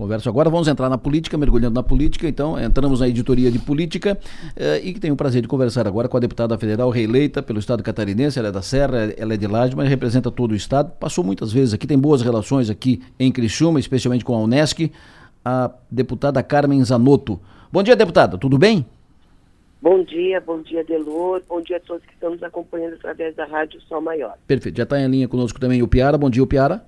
Converso agora, vamos entrar na política, mergulhando na política, então entramos na editoria de política e tenho o prazer de conversar agora com a deputada federal reeleita pelo estado catarinense. Ela é da Serra, ela é de Lages, mas representa todo o estado, passou muitas vezes aqui, tem boas relações aqui em Criciúma, especialmente com a Unesc, a deputada Carmen Zanotto. Bom dia, deputada, tudo bem? Bom dia, Delor, bom dia a todos que estão nos acompanhando através da Rádio Sol Maior. Perfeito, já está em linha conosco também o Piara. Bom dia, o Piara.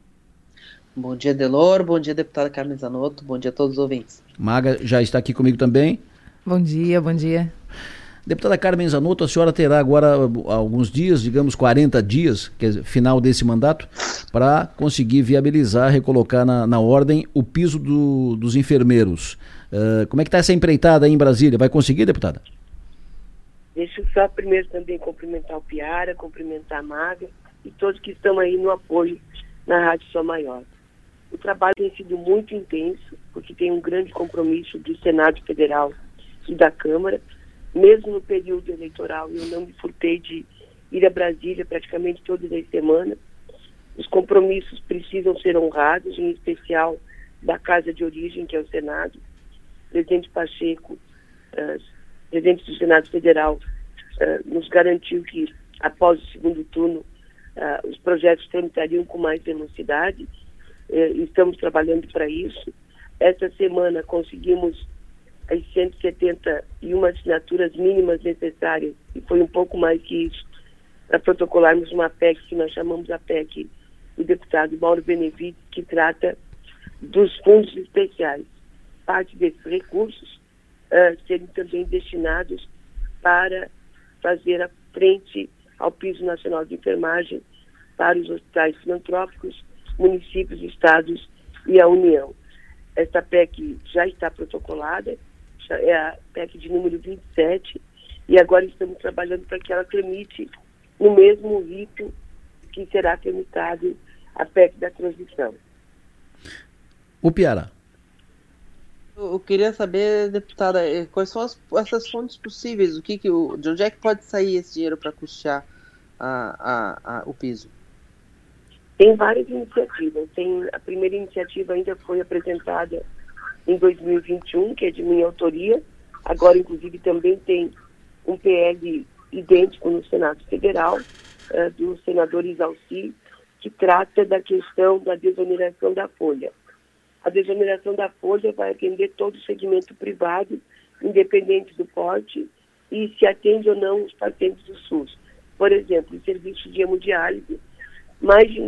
Bom dia, Delor, bom dia, deputada Carmen Zanotto, bom dia a todos os ouvintes. Maga já está aqui comigo também. Bom dia, bom dia. Deputada Carmen Zanotto, a senhora terá agora alguns dias, digamos 40 dias, que é final desse mandato, para conseguir viabilizar, recolocar na ordem o piso dos enfermeiros. Como é que está essa empreitada aí em Brasília? Vai conseguir, deputada? Deixa eu só primeiro também cumprimentar o Piara, cumprimentar a Maga e todos que estão aí no apoio na Rádio Sol Maior. O trabalho tem sido muito intenso, porque tem um grande compromisso do Senado Federal e da Câmara. Mesmo no período eleitoral, eu não me furtei de ir a Brasília praticamente todas as semanas. Os compromissos precisam ser honrados, em especial da Casa de Origem, que é o Senado. O presidente Pacheco, presidente do Senado Federal, nos garantiu que, após o segundo turno, os projetos tramitariam com mais velocidade. Estamos trabalhando para isso. Esta semana conseguimos as 171 assinaturas mínimas necessárias, e foi um pouco mais que isso, para protocolarmos uma PEC que nós chamamos a PEC do deputado Mauro Benevides, que trata dos fundos especiais. Parte desses recursos serem também destinados para fazer a frente ao piso nacional de enfermagem para os hospitais filantrópicos, municípios, estados e a União. Esta PEC já está protocolada, é a PEC de número 27, e agora estamos trabalhando para que ela tramite no mesmo ritmo que será tramitado a PEC da transição. O Piara. Eu queria saber, deputada, quais são essas fontes possíveis, de onde é que pode sair esse dinheiro para custear o piso? Tem várias iniciativas. A primeira iniciativa ainda foi apresentada em 2021, que é de minha autoria. Agora, inclusive, também tem um PL idêntico no Senado Federal, do senador Isalci, que trata da questão da desoneração da folha. A desoneração da folha vai atender todo o segmento privado, independente do porte, e se atende ou não os pacientes do SUS. Por exemplo, o serviço de hemodiálise, mais de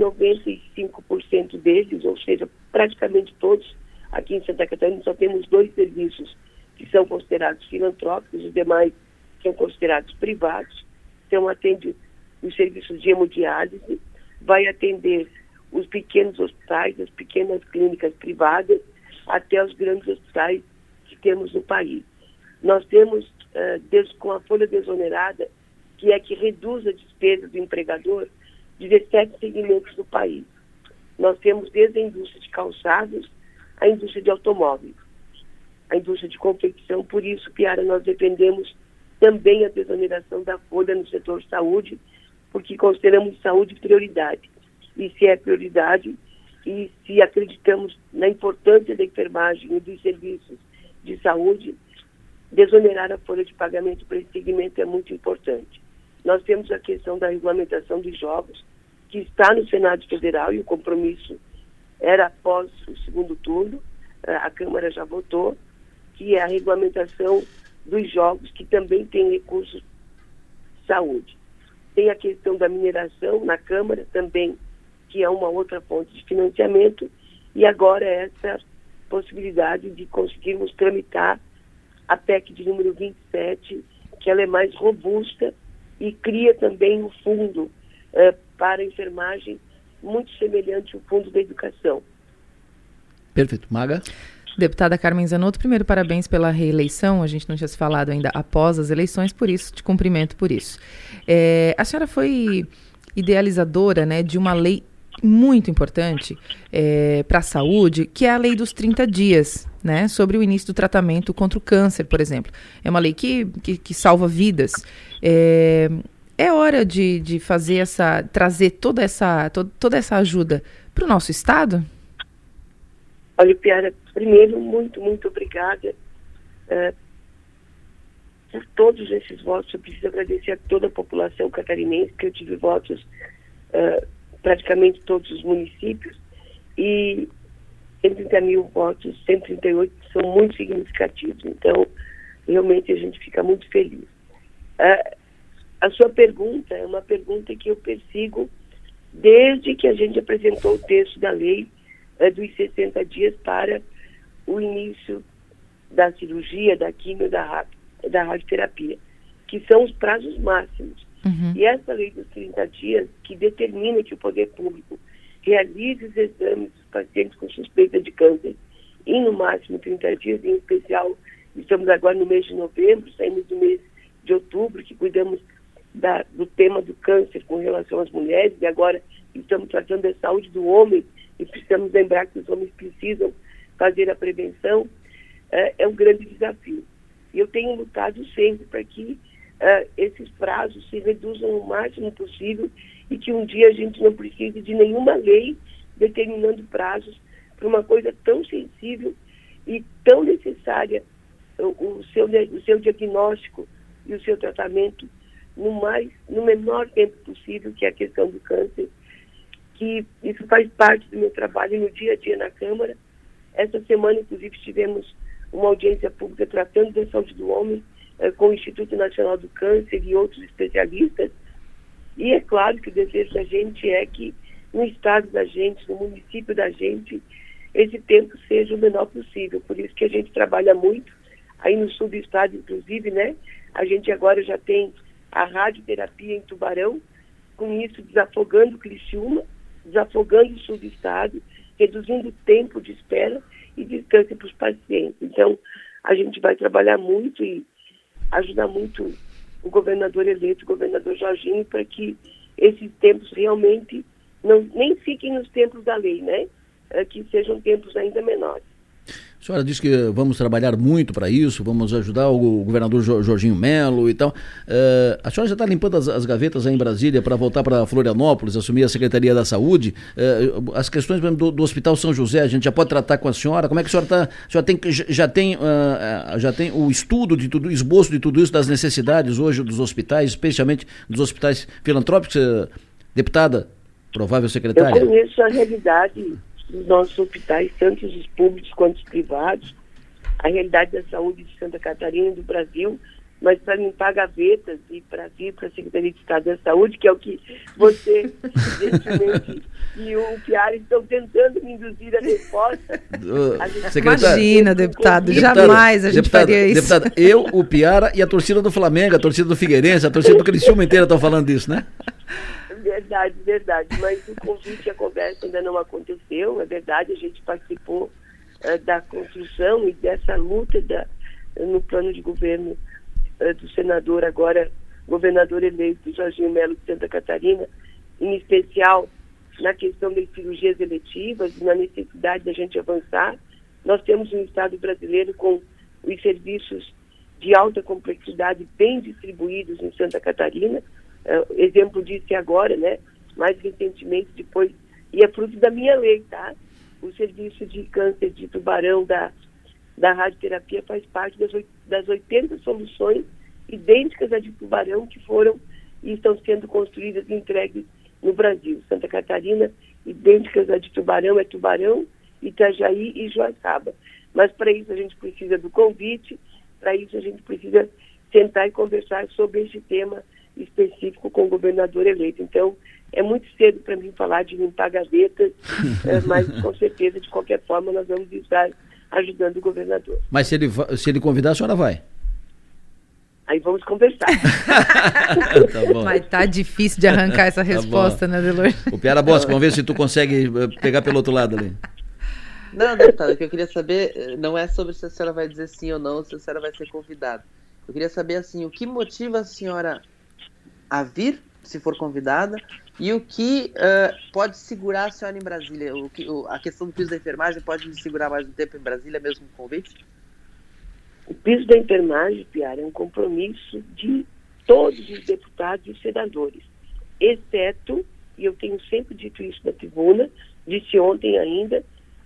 95% deles, ou seja, praticamente todos, aqui em Santa Catarina só temos 2 serviços que são considerados filantrópicos, os demais são considerados privados. Então, atende os serviços de hemodiálise, vai atender os pequenos hospitais, as pequenas clínicas privadas, até os grandes hospitais que temos no país. Nós temos, com a folha desonerada, que é que reduz a despesa do empregador, 17 segmentos do país. Nós temos desde a indústria de calçados, a indústria de automóveis, a indústria de confecção. Por isso, Piara, nós defendemos também a desoneração da folha no setor saúde, porque consideramos saúde prioridade. E se é prioridade, e se acreditamos na importância da enfermagem e dos serviços de saúde, desonerar a folha de pagamento para esse segmento é muito importante. Nós temos a questão da regulamentação dos jogos, que está no Senado Federal, e o compromisso era após o segundo turno, a Câmara já votou, que é a regulamentação dos jogos, que também tem recursos de saúde. Tem a questão da mineração na Câmara também, que é uma outra fonte de financiamento, e agora essa possibilidade de conseguirmos tramitar a PEC de número 27, que ela é mais robusta e cria também um fundo para a enfermagem muito semelhante ao fundo da educação. Perfeito. Maga? Deputada Carmen Zanotto, primeiro parabéns pela reeleição, a gente não tinha se falado ainda após as eleições, por isso, te cumprimento por isso. A senhora foi idealizadora, né, de uma lei muito importante para a saúde, que é a lei dos 30 dias, né, sobre o início do tratamento contra o câncer, por exemplo. É uma lei que salva vidas. É hora de fazer trazer toda essa ajuda para o nosso estado? Olha, Piara, primeiro, muito, muito obrigada por todos esses votos. Eu preciso agradecer a toda a população catarinense, que eu tive votos praticamente todos os municípios, e 130 mil votos, 138 são muito significativos. Então, realmente a gente fica muito feliz. A sua pergunta é uma pergunta que eu persigo desde que a gente apresentou o texto da lei dos 60 dias para o início da cirurgia, da quimio, da radioterapia, que são os prazos máximos. Uhum. E essa lei dos 30 dias, que determina que o poder público realize os exames dos pacientes com suspeita de câncer em no máximo 30 dias, em especial, estamos agora no mês de novembro, saímos do mês de outubro, que cuidamos do tema do câncer com relação às mulheres, e agora estamos tratando da saúde do homem, e precisamos lembrar que os homens precisam fazer a prevenção. É um grande desafio. E eu tenho lutado sempre para que esses prazos se reduzam o máximo possível e que um dia a gente não precise de nenhuma lei determinando prazos para uma coisa tão sensível e tão necessária, o seu diagnóstico e o seu tratamento no menor tempo possível, que é a questão do câncer, que isso faz parte do meu trabalho no dia a dia na Câmara. Essa semana, inclusive, tivemos uma audiência pública tratando da saúde do homem com o Instituto Nacional do Câncer e outros especialistas. E é claro que o desejo da gente é que no estado da gente, no município da gente, esse tempo seja o menor possível. Por isso que a gente trabalha muito, aí no sul do estado, inclusive, né? A gente agora já tem a radioterapia em Tubarão, com isso desafogando Criciúma, desafogando o sul do estado, reduzindo o tempo de espera e distância para os pacientes. Então, a gente vai trabalhar muito e ajudar muito o governador eleito, o governador Jorginho, para que esses tempos realmente nem fiquem nos tempos da lei, né? Que sejam tempos ainda menores. A senhora disse que vamos trabalhar muito para isso, vamos ajudar o governador Jorginho Melo e tal. A senhora já está limpando as gavetas aí em Brasília para voltar para Florianópolis, assumir a Secretaria da Saúde. As questões do Hospital São José, a gente já pode tratar com a senhora? Como é que a senhora está? A senhora já tem o estudo de tudo, o esboço de tudo isso, das necessidades hoje dos hospitais, especialmente dos hospitais filantrópicos, deputada, provável secretária? Eu conheço a realidade dos nossos hospitais, tanto os públicos quanto os privados, a realidade da saúde de Santa Catarina e do Brasil, mas para limpar gavetas e para vir para a Secretaria de Estado da Saúde, que é o que você, gentilmente, e o Piara estão tentando me induzir a resposta. Imagina, deputado, jamais a gente faria isso. Deputada, eu, o Piara e a torcida do Flamengo, a torcida do Figueirense, a torcida do Criciúma inteira estão falando disso, né? Verdade, mas o convite e a conversa ainda não aconteceu. É verdade, a gente participou da construção e dessa luta no plano de governo do senador, agora governador eleito Jorginho Melo de Santa Catarina, em especial na questão das cirurgias eletivas e na necessidade da gente avançar. Nós temos um estado brasileiro com os serviços de alta complexidade bem distribuídos em Santa Catarina. Exemplo disso agora, né? Mais recentemente, depois, e é fruto da minha lei, tá? O serviço de câncer de Tubarão da radioterapia faz parte das 80 soluções idênticas à de Tubarão que foram e estão sendo construídas e entregues no Brasil. Santa Catarina, idênticas à de Tubarão, é Tubarão, Itajaí e Joaçaba. Mas para isso a gente precisa do convite, para isso a gente precisa sentar e conversar sobre este tema específico com o governador eleito. Então, é muito cedo para mim falar de limpar gavetas, mas com certeza, de qualquer forma, nós vamos estar ajudando o governador. Mas se ele convidar, a senhora vai? Aí vamos conversar. Tá bom. Mas tá difícil de arrancar essa resposta, né, Delor? O Piara Bosco, vamos ver se tu consegue pegar pelo outro lado ali. Não, deputada, o que eu queria saber não é sobre se a senhora vai dizer sim ou não, se a senhora vai ser convidada. Eu queria saber, assim, o que motiva a senhora a vir, se for convidada, e o que pode segurar a senhora em Brasília? A questão do piso da enfermagem pode me segurar mais um tempo em Brasília, mesmo com convite? O piso da enfermagem, Piara, é um compromisso de todos os deputados e senadores, exceto, e eu tenho sempre dito isso na tribuna, disse ontem ainda,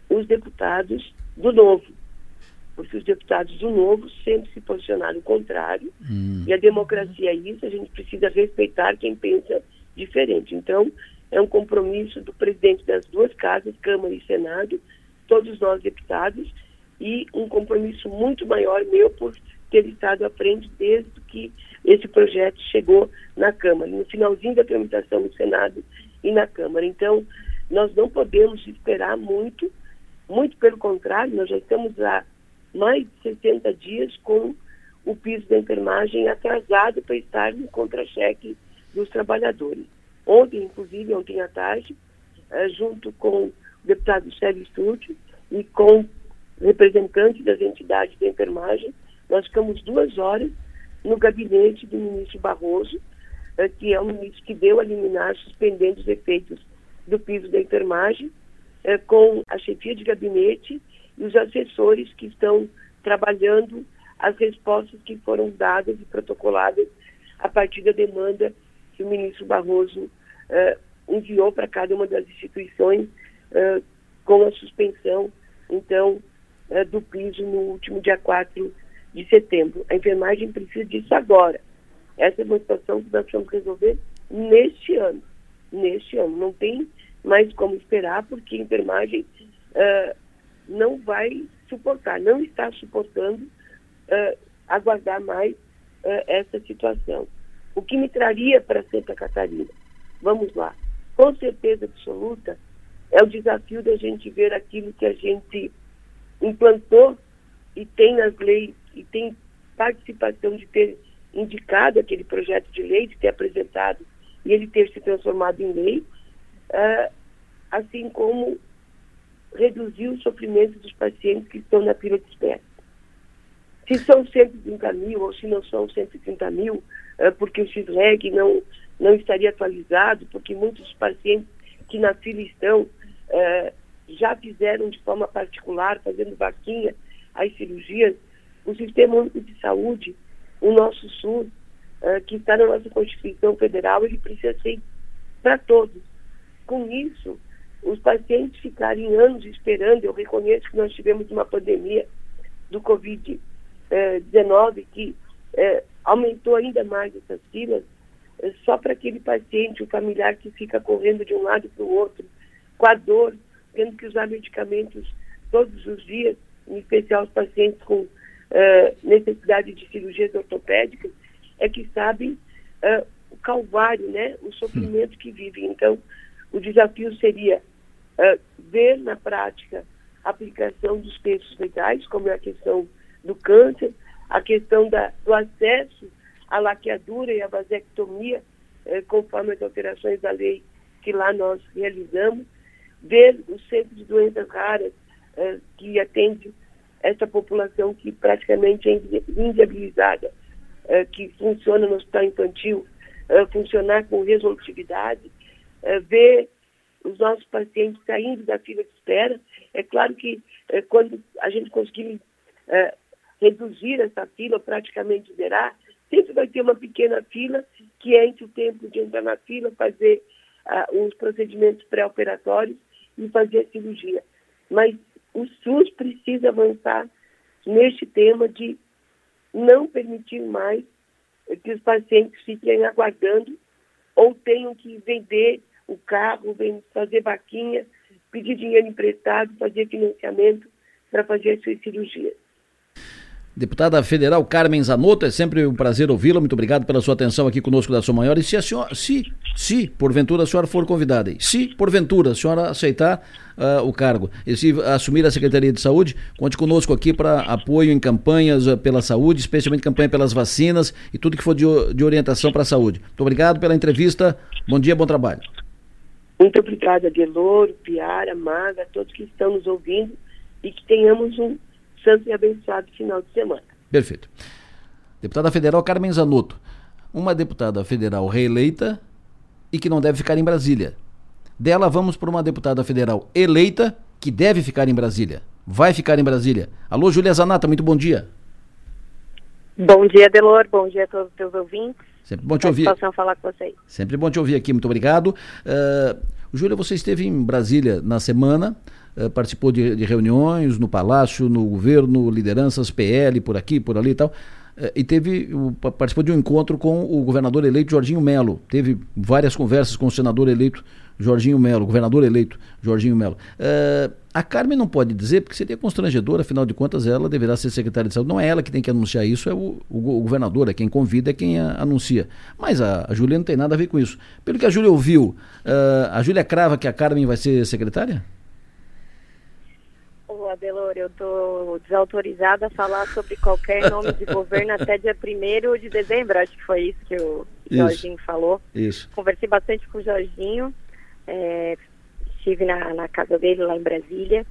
os deputados do Novo, porque os deputados do Novo sempre se posicionaram contrário, e a democracia é isso, a gente precisa respeitar quem pensa diferente. Então, é um compromisso do presidente das duas casas, Câmara e Senado, todos nós deputados, e um compromisso muito maior meu por ter estado à frente desde que esse projeto chegou na Câmara, no finalzinho da tramitação no Senado e na Câmara. Então, nós não podemos esperar muito pelo contrário, nós já estamos há mais de 60 dias com o piso da enfermagem atrasado para estar no contra-cheque dos trabalhadores. Ontem, inclusive, ontem à tarde, junto com o deputado Sérgio Stúdio e com representantes das entidades da enfermagem, nós ficamos 2 horas no gabinete do ministro Barroso, que é o ministro que deu a liminar suspendendo os efeitos do piso da enfermagem, com a chefia de gabinete e os assessores que estão trabalhando as respostas que foram dadas e protocoladas a partir da demanda que o ministro Barroso enviou para cada uma das instituições com a suspensão, então, do piso no último dia 4 de setembro. A enfermagem precisa disso agora. Essa é uma situação que nós precisamos resolver neste ano. Não tem mais como esperar, porque a enfermagem não vai suportar, não está suportando aguardar mais essa situação. O que me traria para Santa Catarina? Vamos lá. Com certeza absoluta, é o desafio da gente ver aquilo que a gente implantou e tem nas leis, e tem participação de ter indicado aquele projeto de lei, de ter apresentado e ele ter se transformado em lei, assim como reduzir o sofrimento dos pacientes que estão na fila de espera. Se são 130 mil ou se não são 130 mil, porque o XREG não estaria atualizado, porque muitos pacientes que na fila estão já fizeram de forma particular, fazendo vaquinha as cirurgias. O Sistema Único de Saúde, o nosso SUS, que está na nossa Constituição Federal, ele precisa ser para todos. Com isso, os pacientes ficarem anos esperando. Eu reconheço que nós tivemos uma pandemia do Covid-19 que aumentou ainda mais essas filas, só para aquele paciente, o familiar que fica correndo de um lado para o outro, com a dor, tendo que usar medicamentos todos os dias, em especial os pacientes com necessidade de cirurgias ortopédicas, é que sabem o calvário, né, o sofrimento que vivem. Então, o desafio seria ver na prática a aplicação dos textos legais, como é a questão do câncer, a questão do acesso à laqueadura e à vasectomia, conforme as alterações da lei que lá nós realizamos, ver o Centro de Doenças Raras, que atende essa população que praticamente é inviabilizada, que funciona no hospital infantil, funcionar com resolutividade, ver os nossos pacientes saindo da fila de espera. É claro que quando a gente conseguir reduzir essa fila, praticamente zerar, sempre vai ter uma pequena fila que é entre o tempo de entrar na fila, fazer os procedimentos pré-operatórios e fazer a cirurgia. Mas o SUS precisa avançar neste tema de não permitir mais que os pacientes fiquem aguardando ou tenham que vender o carro, fazer vaquinha, pedir dinheiro emprestado, fazer financiamento para fazer as suas cirurgias. Deputada Federal Carmen Zanotto, é sempre um prazer ouvi-la. Muito obrigado pela sua atenção aqui conosco da Som Maior. E se porventura a senhora for convidada, se porventura a senhora aceitar o cargo e se assumir a Secretaria de Saúde, conte conosco aqui para apoio em campanhas pela saúde, especialmente campanha pelas vacinas e tudo que for de orientação para a saúde. Muito obrigado pela entrevista. Bom dia, bom trabalho. Muito obrigada, Deloro, Piara, Maga, todos que estão nos ouvindo, e que tenhamos um santo e abençoado final de semana. Perfeito. Deputada Federal Carmen Zanotto, uma deputada federal reeleita e que não deve ficar em Brasília. Dela vamos para uma deputada federal eleita que deve ficar em Brasília. Vai ficar em Brasília. Alô, Júlia Zanata, muito bom dia. Bom dia, Delor. Bom dia a todos os teus ouvintes. Sempre bom te ouvir. Satisfação falar com vocês. Sempre bom te ouvir aqui, muito obrigado. Júlia, você esteve em Brasília na semana participou de reuniões no Palácio, no governo, lideranças, PL, por aqui, por ali e tal, e participou de um encontro com o governador eleito Jorginho Melo. Teve várias conversas com o senador eleito Jorginho Melo, governador eleito Jorginho Melo. A Carmen não pode dizer, porque seria constrangedor, afinal de contas ela deverá ser secretária de saúde. Não é ela que tem que anunciar isso, é o governador, é quem convida, é quem anuncia. Mas a Júlia não tem nada a ver com isso. Pelo que a Júlia ouviu, a Júlia crava que a Carmen vai ser secretária? Adelor, eu estou desautorizada a falar sobre qualquer nome de governo até dia 1º de dezembro, acho que foi isso que o Jorginho falou. Isso. Conversei bastante com o Jorginho, estive na casa dele lá em Brasília,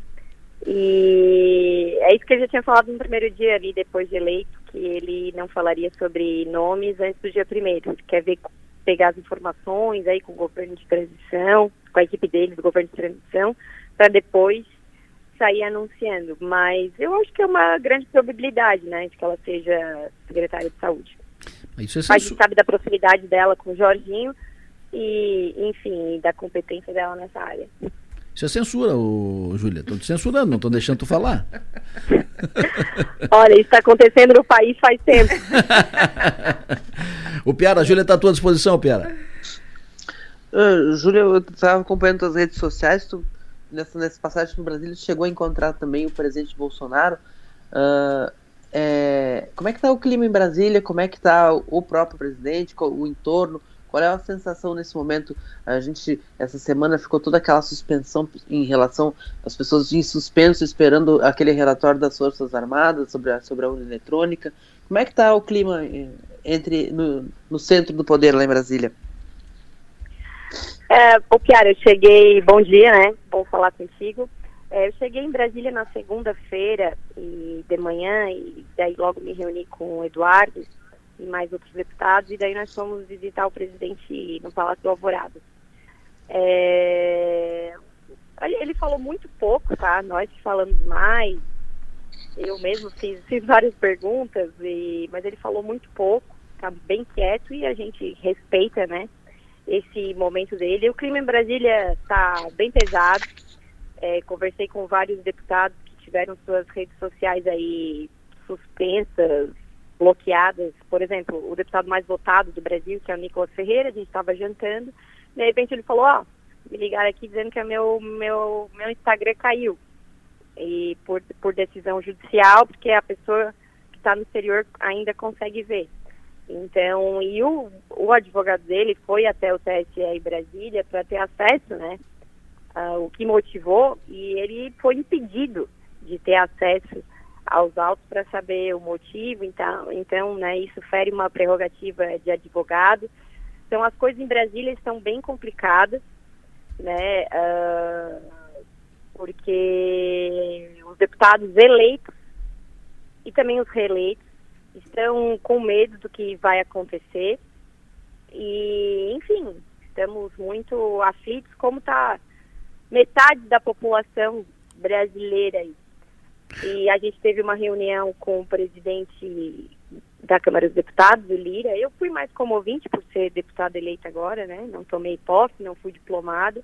e é isso que ele já tinha falado no primeiro dia ali, depois de eleito, que ele não falaria sobre nomes antes do dia 1º. Ele quer pegar as informações aí com o governo de transição, com a equipe dele do governo de transição, para depois sair anunciando, mas eu acho que é uma grande probabilidade, né, de que ela seja secretária de saúde. Isso é a gente sabe da proximidade dela com o Jorginho e, enfim, da competência dela nessa área. Isso é censura, Júlia. Estou te censurando, não estou deixando tu falar. Olha, isso está acontecendo no país faz tempo. O Piara, a Júlia está à tua disposição, Piara. Júlia, eu estava acompanhando as redes sociais, nessa passagem no Brasil, chegou a encontrar também o presidente Bolsonaro. Como é que está o clima em Brasília? Como é que está o próprio presidente, o entorno? Qual é a sensação nesse momento? A gente, essa semana, ficou toda aquela suspensão em relação às pessoas em suspenso, esperando aquele relatório das Forças Armadas sobre a urna eletrônica. Como é que está o clima no centro do poder lá em Brasília? Piara, eu cheguei, bom dia, né? Bom falar contigo. Eu cheguei em Brasília na segunda-feira de manhã e daí logo me reuni com o Eduardo e mais outros deputados e daí nós fomos visitar o presidente no Palácio do Alvorada. Ele falou muito pouco, tá? Nós falamos mais. Eu mesmo fiz várias perguntas, mas ele falou muito pouco, tá bem quieto e a gente respeita, né, esse momento dele. O clima em Brasília está bem pesado. Conversei com vários deputados que tiveram suas redes sociais aí suspensas, bloqueadas. Por exemplo, o deputado mais votado do Brasil, que é o Nicolas Ferreira, a gente estava jantando. De repente ele falou, me ligaram aqui dizendo que meu Instagram caiu. E por decisão judicial, porque a pessoa que está no exterior ainda consegue ver. Então, e o advogado dele foi até o TSE em Brasília para ter acesso, né, o que motivou, e ele foi impedido de ter acesso aos autos para saber o motivo, então, né, isso fere uma prerrogativa de advogado. Então, as coisas em Brasília estão bem complicadas, né, porque os deputados eleitos e também os reeleitos estão com medo do que vai acontecer e, enfim, estamos muito aflitos, como está metade da população brasileira aí. E a gente teve uma reunião com o presidente da Câmara dos Deputados, o Lira. Eu fui mais como ouvinte por ser deputada eleita agora, né? Não tomei posse, não fui diplomada.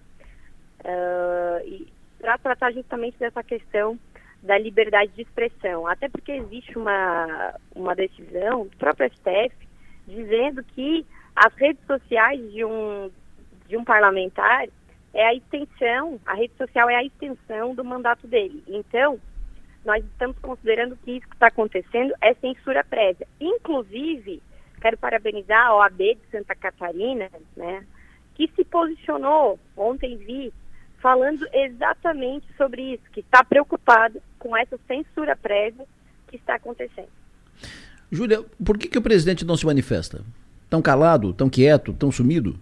E para tratar justamente dessa questão da liberdade de expressão, até porque existe uma decisão do próprio STF dizendo que as redes sociais de um parlamentar a rede social é a extensão do mandato dele. Então, nós estamos considerando que isso que está acontecendo é censura prévia. Inclusive, quero parabenizar a OAB de Santa Catarina, né, que se posicionou, ontem vi, falando exatamente sobre isso, que está preocupado com essa censura prévia que está acontecendo. Júlia, por que o presidente não se manifesta? Tão calado, tão quieto, tão sumido?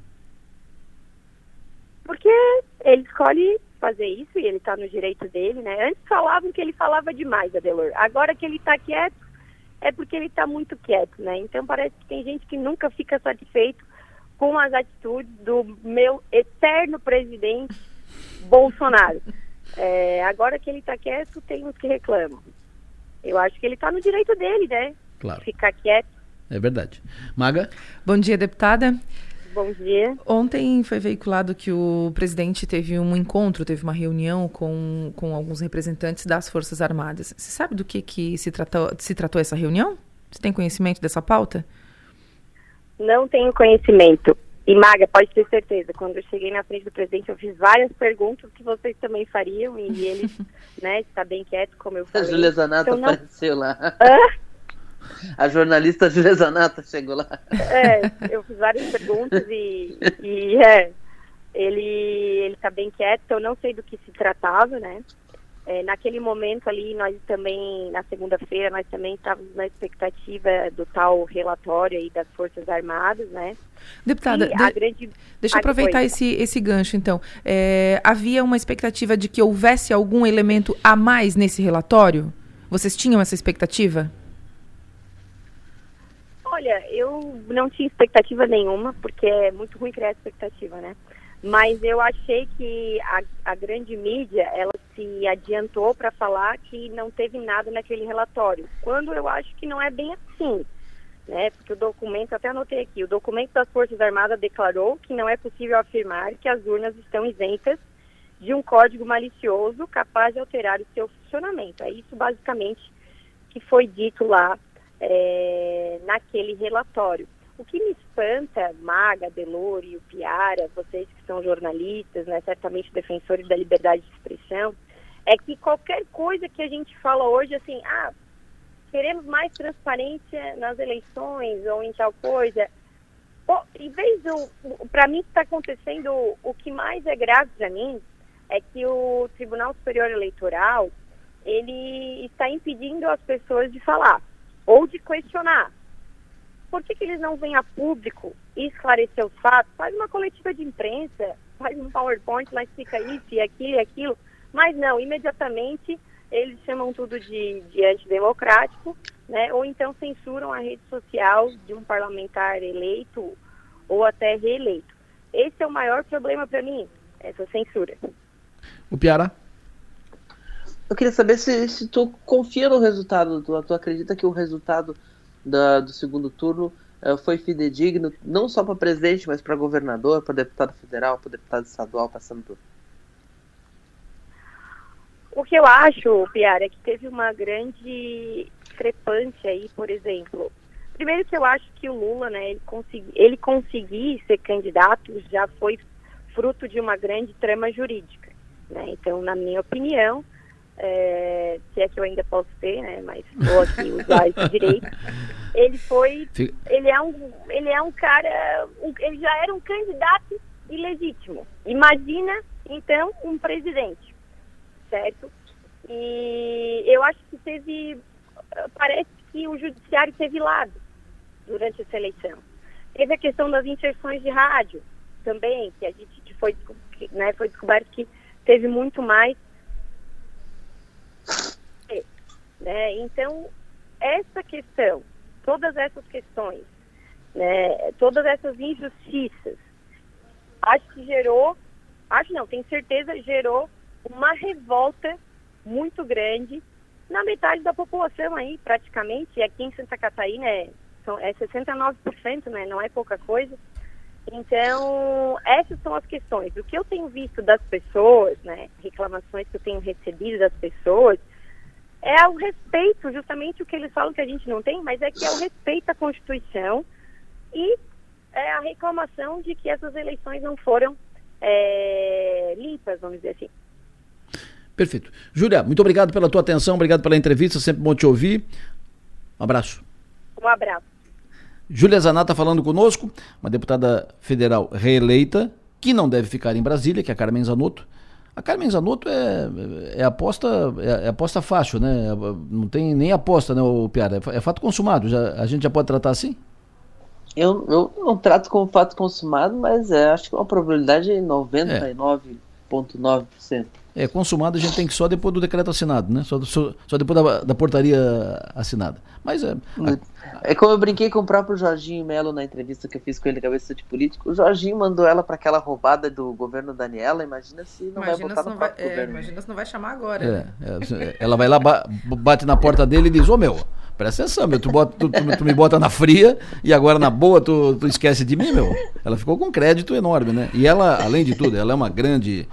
Porque ele escolhe fazer isso e ele está no direito dele, né? Antes falavam que ele falava demais, Adelor. Agora que ele está quieto, é porque ele está muito quieto, né? Então parece que tem gente que nunca fica satisfeito com as atitudes do meu eterno presidente Bolsonaro. Agora que ele está quieto, tem uns que reclamam. Eu acho que ele está no direito dele, né? Claro. Ficar quieto. É verdade. Maga? Bom dia, deputada. Bom dia. Ontem foi veiculado que o presidente teve um encontro, teve uma reunião com alguns representantes das Forças Armadas. Você sabe do que se tratou essa reunião? Você tem conhecimento dessa pauta? Não tenho conhecimento. E, Maga, pode ter certeza, quando eu cheguei na frente do presidente, eu fiz várias perguntas que vocês também fariam, e ele, né, está bem quieto, como eu falei. A Júlia Zanata então, apareceu lá. Hã? A jornalista Júlia Zanata chegou lá. Eu fiz várias perguntas e ele está bem quieto, então eu não sei do que se tratava, né? Naquele momento ali, nós também, na segunda-feira, nós também estávamos na expectativa do tal relatório aí das Forças Armadas, né? Deputada, deixa eu aproveitar esse gancho, então. Havia uma expectativa de que houvesse algum elemento a mais nesse relatório? Vocês tinham essa expectativa? Olha, eu não tinha expectativa nenhuma, porque é muito ruim criar expectativa, né? Mas eu achei que a grande mídia, ela se adiantou para falar que não teve nada naquele relatório, quando eu acho que não é bem assim, né? Porque o documento, até anotei aqui, o documento das Forças Armadas declarou que não é possível afirmar que as urnas estão isentas de um código malicioso capaz de alterar o seu funcionamento. É isso, basicamente, que foi dito lá naquele relatório. O que me espanta, Maga, Delor e o Piara, vocês que são jornalistas, né, certamente defensores da liberdade de expressão, é que qualquer coisa que a gente fala hoje, assim, queremos mais transparência nas eleições ou em tal coisa, em vez para mim, o que está acontecendo, o que mais é grave para mim é que o Tribunal Superior Eleitoral, ele está impedindo as pessoas de falar ou de questionar. Por que eles não vêm a público e esclarecer os fatos? Faz uma coletiva de imprensa, faz um PowerPoint, lá explica isso e aquilo e aquilo. Mas não, imediatamente eles chamam tudo de antidemocrático, né? Ou então censuram a rede social de um parlamentar eleito ou até reeleito. Esse é o maior problema para mim, essa censura. O Piara? Eu queria saber se tu confia no resultado, tu acredita que o resultado do segundo turno foi fidedigno, não só para presidente, mas para governador, para deputado federal, para deputado estadual, passando por... O que eu acho, Piara, é que teve uma grande discrepância aí, por exemplo. Primeiro que eu acho que o Lula, né, ele conseguir ser candidato já foi fruto de uma grande trama jurídica, né? Então, na minha opinião, se é que eu ainda posso ter, né, mas vou aqui usar esse direito, ele é um cara, ele já era um candidato ilegítimo. Imagina, então, um presidente, certo? E eu acho que parece que o judiciário teve lado durante essa eleição. Teve a questão das inserções de rádio também, que foi descoberto que teve muito mais, né? Então, essa questão, todas essas questões, né, todas essas injustiças, tenho certeza, gerou uma revolta muito grande na metade da população aí, praticamente, e aqui em Santa Catarina é 69%, né, não é pouca coisa. Então, essas são as questões. O que eu tenho visto das pessoas, né, reclamações que eu tenho recebido das pessoas, é o respeito, justamente o que eles falam que a gente não tem, mas é que é o respeito à Constituição e a reclamação de que essas eleições não foram limpas, vamos dizer assim. Perfeito. Júlia, muito obrigado pela tua atenção, obrigado pela entrevista, sempre bom te ouvir. Um abraço. Um abraço. Júlia Zanata falando conosco, uma deputada federal reeleita, que não deve ficar em Brasília, que é a Carmen Zanotto. A Carmen Zanotto é aposta fácil, né? Não tem nem aposta, né, o Piara? É fato consumado. A gente já pode tratar assim? Eu não trato como fato consumado, mas acho que é uma probabilidade de 99,9%. Consumado a gente tem que só depois do decreto assinado, né? Só depois da portaria assinada. Mas é como eu brinquei com o próprio Jorginho Melo na entrevista que eu fiz com ele, cabeça de político. O Jorginho mandou ela para aquela roubada do governo Daniela. Imagina se não vai botar no próprio governo. Imagina se não vai chamar agora. Né? Ela vai lá, bate na porta dele e diz: ô meu, Presta atenção, meu, tu me bota na fria e agora na boa tu esquece de mim, meu. Ela ficou com um crédito enorme, né? E ela, além de tudo, ela é uma grande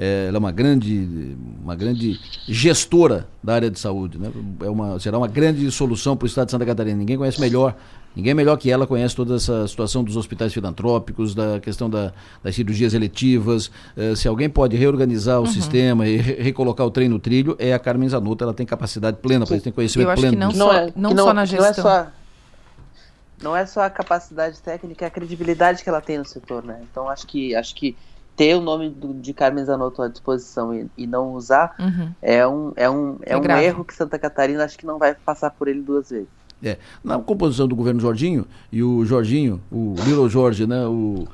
gestora da área de saúde, né? Será uma grande solução para o estado de Santa Catarina. Ninguém melhor que ela conhece toda essa situação dos hospitais filantrópicos, da questão das cirurgias eletivas. Se alguém pode reorganizar o sistema e recolocar o trem no trilho, é a Carmen Zanotto. Ela tem capacidade plena para isso, tem conhecimento pleno. Eu acho que não só na gestão. Não é só a capacidade técnica, é a credibilidade que ela tem no setor, né? Então acho que ter o nome de Carmen Zanotto à disposição e não usar é um erro que Santa Catarina acho que não vai passar por ele duas vezes. Na composição do governo Jorginho, e o Jorginho, o Little Jorge, né,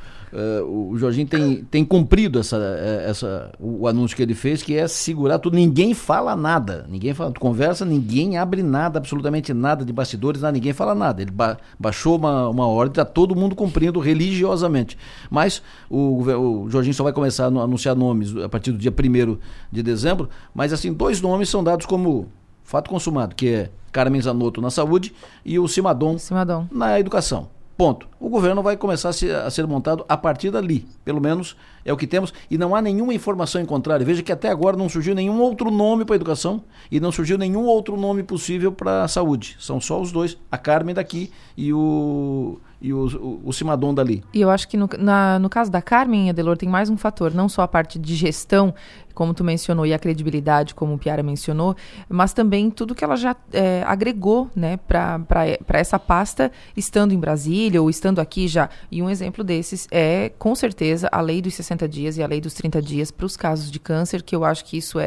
o Jorginho tem cumprido o anúncio que ele fez, que é segurar tudo, ninguém fala nada, tu conversa, ninguém abre nada, absolutamente nada de bastidores, ninguém fala nada, ele baixou uma ordem, está todo mundo cumprindo religiosamente, mas o Jorginho só vai começar a anunciar nomes a partir do dia 1º de dezembro, mas assim, 2 nomes são dados como fato consumado, que é Carmen Zanotto na saúde e o Simadom na educação. Ponto. O governo vai começar a ser montado a partir dali. Pelo menos é o que temos. E não há nenhuma informação em contrário. Veja que até agora não surgiu nenhum outro nome para a educação e não surgiu nenhum outro nome possível para a saúde. São só os dois. A Carmen daqui e o Simadom dali. E eu acho que no caso da Carmen, Adelor, tem mais um fator. Não só a parte de gestão, como tu mencionou, e a credibilidade, como o Piara mencionou, mas também tudo que ela já agregou, né, para essa pasta, estando em Brasília ou estando aqui já. E um exemplo desses é, com certeza, a lei dos 60 dias e a lei dos 30 dias para os casos de câncer, que eu acho que isso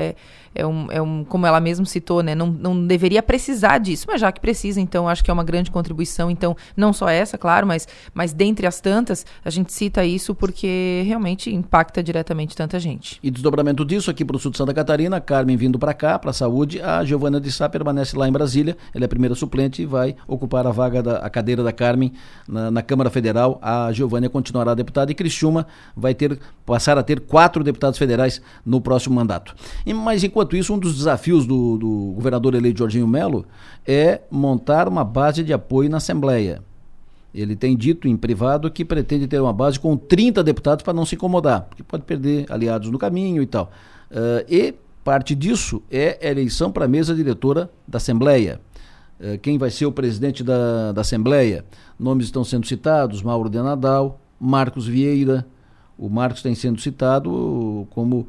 como ela mesma citou, né, não deveria precisar disso, mas já que precisa, então acho que é uma grande contribuição. Então, não só essa, claro, mas dentre as tantas, a gente cita isso porque realmente impacta diretamente tanta gente. E desdobramento disso, aqui para o sul de Santa Catarina, a Carmen vindo para cá, para a saúde, a Giovana de Sá permanece lá em Brasília, ela é a primeira suplente e vai ocupar a cadeira da Carmen na Câmara Federal. A Giovânia continuará deputada e Criciúma vai passar a ter 4 deputados federais no próximo mandato. Mas enquanto isso, um dos desafios do governador eleito Jorginho Melo é montar uma base de apoio na Assembleia. Ele tem dito em privado que pretende ter uma base com 30 deputados para não se incomodar, porque pode perder aliados no caminho e tal. E parte disso é a eleição para a mesa diretora da Assembleia. Quem vai ser o presidente da Assembleia? Nomes estão sendo citados: Mauro de Nadal, Marcos Vieira. O Marcos tem sendo citado como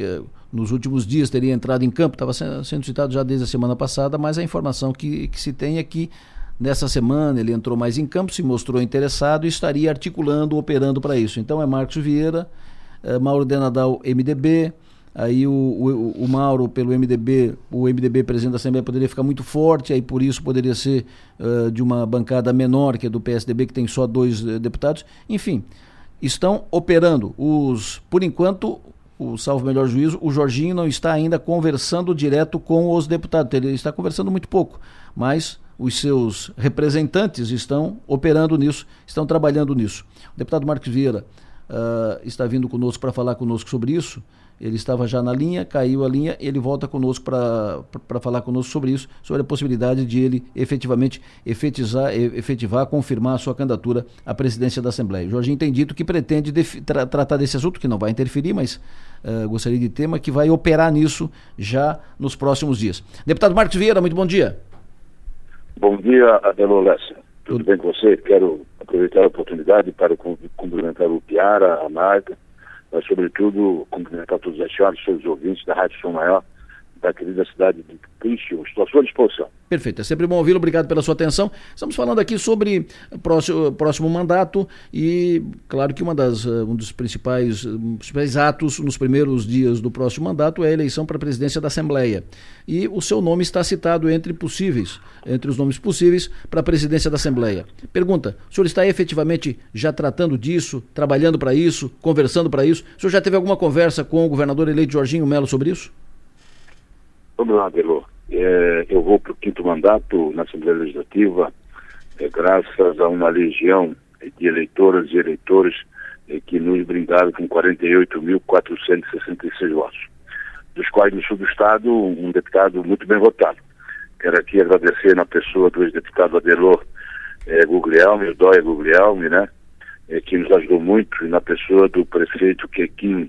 nos últimos dias teria entrado em campo, estava sendo citado já desde a semana passada, mas a informação que se tem é que nessa semana ele entrou mais em campo, se mostrou interessado e estaria articulando, operando para isso. Então é Marcos Vieira, Mauro de Nadal, MDB, aí o Mauro pelo MDB, o MDB presidente da Assembleia poderia ficar muito forte, aí por isso poderia ser de uma bancada menor, que é do PSDB, que tem só 2 deputados. Enfim, estão operando. Por enquanto, salvo melhor juízo, o Jorginho não está ainda conversando direto com os deputados, ele está conversando muito pouco, mas os seus representantes estão operando nisso, estão trabalhando nisso. O deputado Marcos Vieira está vindo conosco para falar conosco sobre isso. Ele estava já na linha, caiu a linha, ele volta conosco para falar conosco sobre isso, sobre a possibilidade de ele efetivamente efetivar, confirmar a sua candidatura à presidência da Assembleia. O Jorginho tem dito que pretende tratar desse assunto, que não vai interferir, mas gostaria de ter, mas que vai operar nisso já nos próximos dias. Deputado Marcos Vieira, muito bom dia. Bom dia, Adelor Lessa. Tudo bem com você? Quero aproveitar a oportunidade para cumprimentar o Piara, a Marta, mas, sobretudo, cumprimentar todos os senhores, todos os ouvintes da Rádio Som Maior, da querida cidade de Criciúma. Estou à sua disposição. Perfeito, é sempre bom ouvi-lo, obrigado pela sua atenção. Estamos falando aqui sobre o próximo mandato e, claro que um dos principais atos nos primeiros dias do próximo mandato é a eleição para a presidência da Assembleia. E o seu nome está citado entre os nomes possíveis para a presidência da Assembleia. Pergunta, o senhor está efetivamente já tratando disso, trabalhando para isso, conversando para isso? O senhor já teve alguma conversa com o governador eleito Jorginho Melo sobre isso? Vamos lá, Adelor. Eu vou para o 5º mandato na Assembleia Legislativa, graças a uma legião de eleitoras e eleitores que nos brindaram com 48.466 votos, dos quais no sul do estado um deputado muito bem votado, Quero aqui agradecer na pessoa do ex-deputado Adelor Guglielmi, o Dóia Guglielmi, né? Que nos ajudou muito, e na pessoa do prefeito Quequim,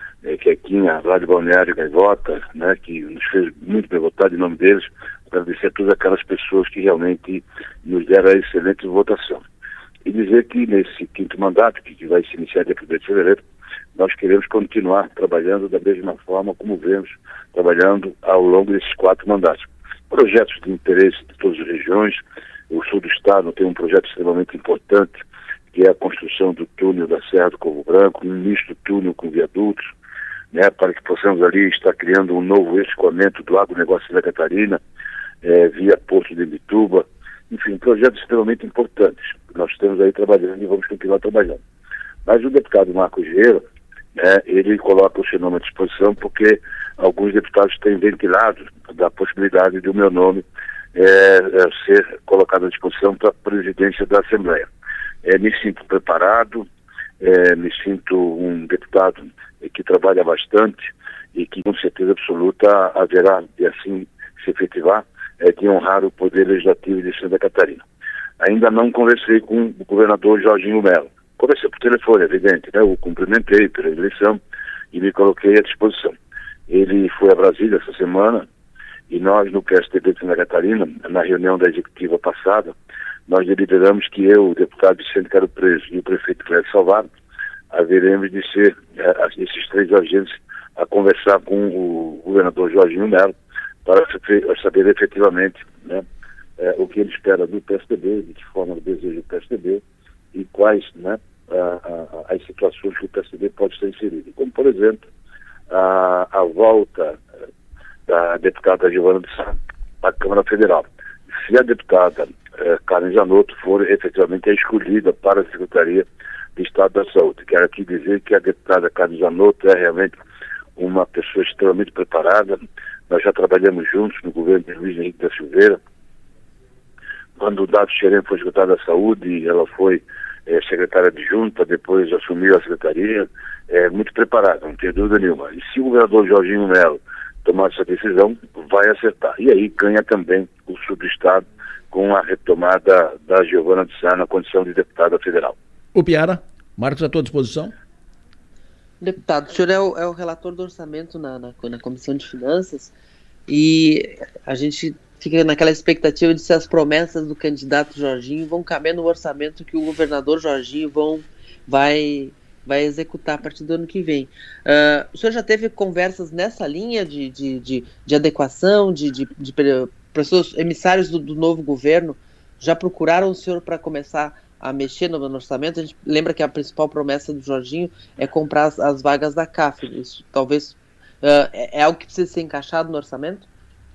lá de Balneário Gaivota, né? Que nos fez muito bem votar, em nome deles, agradecer a todas aquelas pessoas que realmente nos deram a excelente votação. E dizer que nesse 5º mandato, que vai se iniciar dia 1º de fevereiro, nós queremos continuar trabalhando da mesma forma como vemos trabalhando ao longo desses 4 mandatos. Projetos de interesse de todas as regiões. O sul do estado tem um projeto extremamente importante, que é a construção do túnel da Serra do Corvo Branco, um misto túnel com viadutos, né, para que possamos ali estar criando um novo escoamento do agronegócio de Santa Catarina, via Porto de Imbituba. Enfim, projetos extremamente importantes. Nós estamos aí trabalhando e vamos continuar trabalhando. Mas o deputado Marcos Vieira, ele coloca o seu nome à disposição porque alguns deputados têm ventilado da possibilidade de o meu nome ser colocado à disposição para a presidência da Assembleia. Me sinto preparado, me sinto um deputado que trabalha bastante e que com certeza absoluta haverá, e assim se efetivar, de honrar o Poder Legislativo de Santa Catarina. Ainda não conversei com o governador Jorginho Melo. Conversei por telefone, evidente, né? O cumprimentei pela eleição e me coloquei à disposição. Ele foi a Brasília essa semana e nós, no PSDB de Santa Catarina, na reunião da executiva passada, nós deliberamos que eu, o deputado Vicente Caro Preso e o prefeito Cléber Salvado haveremos de ser esses 3 agentes a conversar com o governador Jorginho Melo para saber efetivamente, né, o que ele espera do PSDB, de que forma ele deseja o PSDB e quais, né, as situações que o PSDB pode ser inserido. Como, por exemplo, a volta da deputada Giovana de Sá à Câmara Federal. Se a deputada Carmen Zanotto for efetivamente escolhida para a Secretaria de Estado da Saúde. Quero aqui dizer que a deputada Carmen Zanotto é realmente uma pessoa extremamente preparada. Nós já trabalhamos juntos no governo de Luiz Henrique da Silveira. Quando o Dado Xerém foi secretário da Saúde, ela foi secretária adjunta, depois assumiu a secretaria, muito preparada, não tem dúvida nenhuma. E se o governador Jorginho Melo tomar essa decisão, vai acertar. E aí ganha também o sul do estado com a retomada da Giovana de Sá na condição de deputada federal. O Piara, Marcos, à tua disposição. Deputado, o senhor é o relator do orçamento na Comissão de Finanças e a gente fica naquela expectativa de se as promessas do candidato Jorginho vão caber no orçamento que o governador Jorginho vai executar a partir do ano que vem. O senhor já teve conversas nessa linha de adequação, de pessoas, emissários do novo governo, já procuraram o senhor para começar a mexer no orçamento? A gente lembra que a principal promessa do Jorginho é comprar as vagas da CAF. Isso talvez é algo que precisa ser encaixado no orçamento?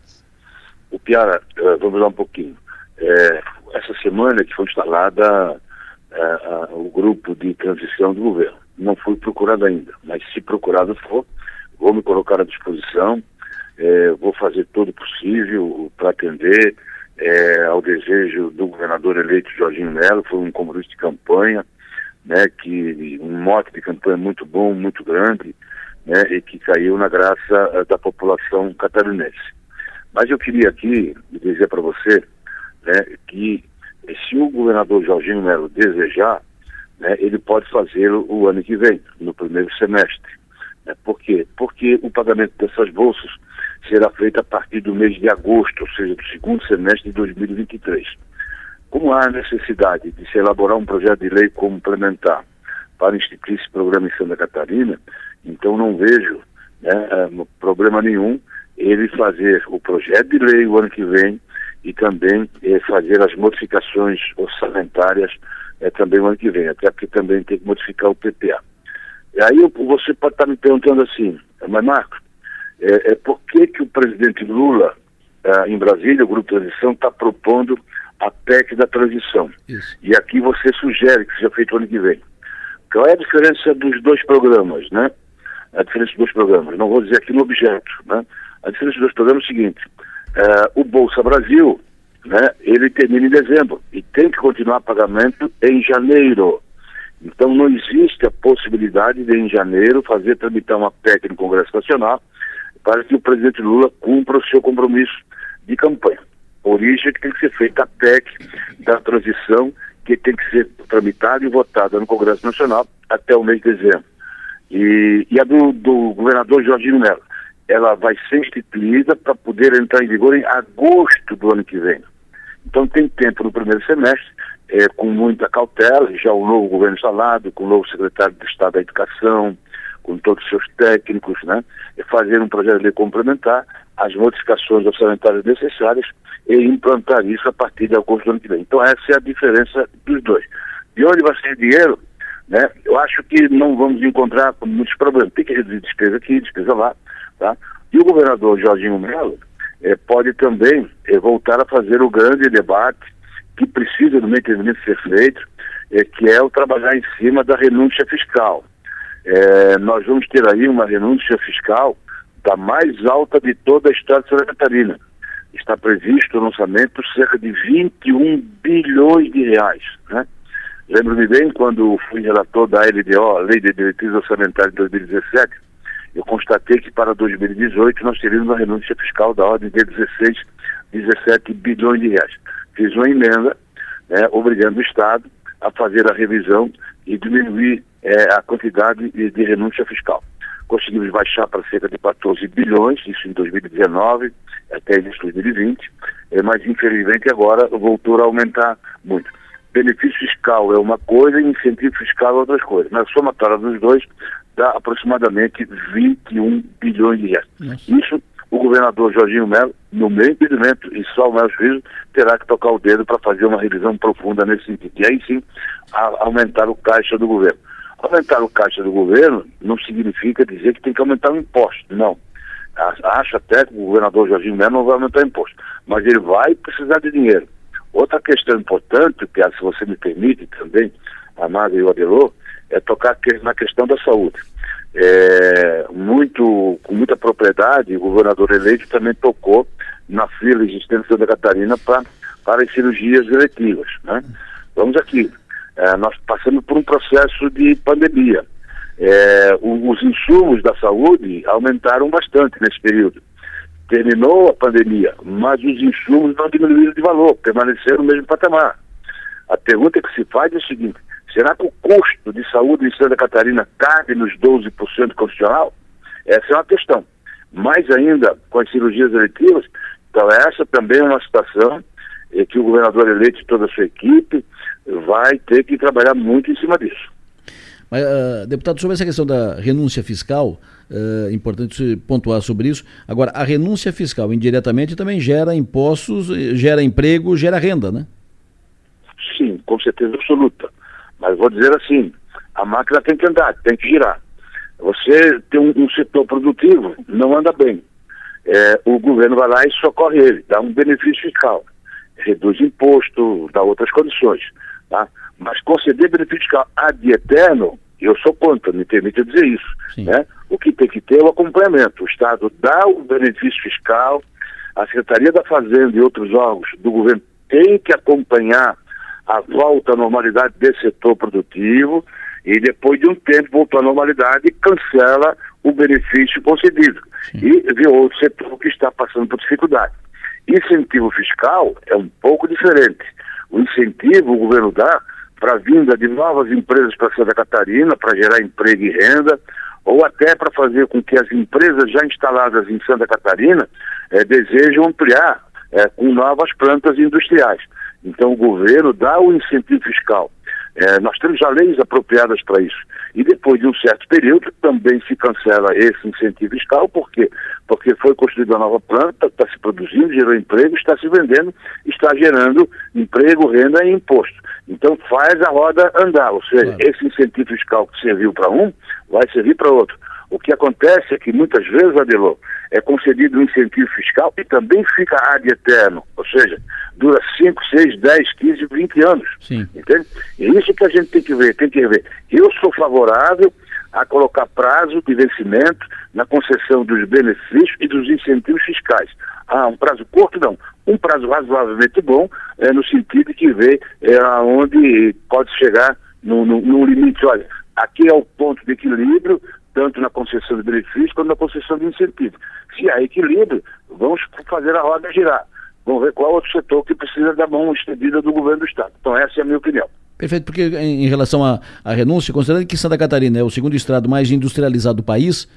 O Piara, vamos lá um pouquinho. Essa semana que foi instalada o grupo de transição do governo. Não fui procurado ainda, mas se procurado for, vou me colocar à disposição, vou fazer todo o possível para atender ao desejo do governador eleito Jorginho Melo. Foi um compromisso de campanha, né, um mote de campanha muito bom, muito grande, né, e que caiu na graça da população catarinense. Mas eu queria aqui dizer para você, né, que se o governador Jorginho Melo desejar, né, ele pode fazê-lo o ano que vem, no primeiro semestre. Por quê? Porque o pagamento dessas bolsas será feito a partir do mês de agosto, ou seja, do segundo semestre de 2023. Como há necessidade de se elaborar um projeto de lei complementar para instituir esse programa em Santa Catarina, então não vejo, né, problema nenhum ele fazer o projeto de lei o ano que vem e também fazer as modificações orçamentárias também o ano que vem, até porque também tem que modificar o PPA. E aí você pode estar me perguntando assim, mas Marcos, por que o presidente Lula, em Brasília, o Grupo de Transição, está propondo a PEC da transição? Isso. E aqui você sugere que seja feito o ano que vem. Qual é a diferença dos dois programas, né? A diferença dos dois programas, não vou dizer aqui no objeto, né? A diferença dos dois programas é o seguinte, o Bolsa Brasil, né, ele termina em dezembro e tem que continuar pagamento em janeiro. Então não existe a possibilidade de em janeiro tramitar uma PEC no Congresso Nacional para que o presidente Lula cumpra o seu compromisso de campanha. exige que tem que ser feita a PEC da transição, que tem que ser tramitada e votada no Congresso Nacional até o mês de dezembro. E a do governador Jorginho Mello, ela vai ser instituída para poder entrar em vigor em agosto do ano que vem. Então tem tempo no primeiro semestre, com muita cautela, já o novo governo instalado, com o novo secretário de Estado da Educação, com todos os seus técnicos, né, fazer um projeto de lei complementar, as modificações orçamentárias necessárias e implantar isso a partir de agosto do ano que vem. Então essa é a diferença dos dois. De onde vai ser dinheiro, né, eu acho que não vamos encontrar muitos problemas. Tem que reduzir despesa aqui, despesa lá, tá? E o governador Jorginho Mello pode também voltar a fazer o grande debate que precisa, no meu entendimento, ser feito, que é o trabalhar em cima da renúncia fiscal. Nós vamos ter aí uma renúncia fiscal da mais alta de toda a história de Santa Catarina. Está previsto no orçamento cerca de 21 bilhões de reais, né? Lembro-me bem, quando fui relator da LDO, Lei de Diretrizes Orçamentárias de 2017, eu constatei que para 2018 nós teríamos uma renúncia fiscal da ordem de 17 bilhões de reais. Fiz uma emenda, né, obrigando o Estado a fazer a revisão e diminuir a quantidade de renúncia fiscal. Conseguimos baixar para cerca de 14 bilhões, isso em 2019, até início de 2020, mas infelizmente agora voltou a aumentar muito. Benefício fiscal é uma coisa e incentivo fiscal é outra coisa. Na somatória dos dois dá aproximadamente 21 bilhões de reais. Nossa. Isso o governador Jorginho Mello, no meu entendimento e só o meu juízo, terá que tocar o dedo para fazer uma revisão profunda nesse sentido. E aí sim, aumentar o caixa do governo. Aumentar o caixa do governo não significa dizer que tem que aumentar o imposto, não. Acho até que o governador Jorginho Mello não vai aumentar o imposto, mas ele vai precisar de dinheiro. Outra questão importante, que se você me permite também, Amado e o Adelô, é tocar na questão da saúde. Com muita propriedade, o governador eleito também tocou na fila existente em Santa Catarina para as cirurgias eletivas, né? Vamos aqui. Nós passamos por um processo de pandemia. Os insumos da saúde aumentaram bastante nesse período. Terminou a pandemia, mas os insumos não diminuíram de valor, permaneceram no mesmo patamar. A pergunta que se faz é a seguinte: será que o custo de saúde em Santa Catarina cabe nos 12% constitucional? Essa é uma questão. Mais ainda com as cirurgias eletivas, então essa também é uma situação que o governador eleito e toda a sua equipe vai ter que trabalhar muito em cima disso. Mas, deputado, sobre essa questão da renúncia fiscal, importante pontuar sobre isso. Agora, a renúncia fiscal indiretamente também gera impostos, gera emprego, gera renda, né? Sim, com certeza absoluta. Mas vou dizer assim, a máquina tem que andar, tem que girar. Você tem um setor produtivo, não anda bem. O governo vai lá e socorre ele, dá um benefício fiscal, reduz imposto, dá outras condições, tá? Mas conceder benefício fiscal ad eterno, eu sou contra, me permite dizer isso, né? O que tem que ter é o acompanhamento. O Estado dá o benefício fiscal, a Secretaria da Fazenda e outros órgãos do governo têm que acompanhar a volta à normalidade desse setor produtivo e depois de um tempo voltou à normalidade e cancela o benefício concedido. Sim. E vê outro setor que está passando por dificuldade. Incentivo fiscal é um pouco diferente. O incentivo o governo dá para a vinda de novas empresas para Santa Catarina, para gerar emprego e renda, ou até para fazer com que as empresas já instaladas em Santa Catarina desejam ampliar com novas plantas industriais. Então o governo dá o incentivo fiscal. Nós temos já leis apropriadas para isso. E depois de um certo período também se cancela esse incentivo fiscal, porque foi construída uma nova planta, está se produzindo, gerou emprego, está se vendendo, está gerando emprego, renda e imposto. Então faz a roda andar, ou seja, esse incentivo fiscal que serviu para um, vai servir para outro. O que acontece é que muitas vezes, Adelô, é concedido um incentivo fiscal e também fica ad eterno, ou seja, dura 5, 6, 10, 15, 20 anos. Sim. Entende? E isso que a gente tem que ver, Eu sou favorável a colocar prazo de vencimento na concessão dos benefícios e dos incentivos fiscais. Um prazo curto não, um prazo razoavelmente bom, no sentido que vê aonde pode chegar no limite. Olha, aqui é o ponto de equilíbrio, tanto na concessão de benefícios quanto na concessão de incentivo. Se há equilíbrio, vamos fazer a roda girar. vamos ver qual outro setor que precisa da mão estendida do governo do Estado. Então essa é a minha opinião. Perfeito, porque em relação à renúncia, considerando que Santa Catarina é o segundo estado mais industrializado do país,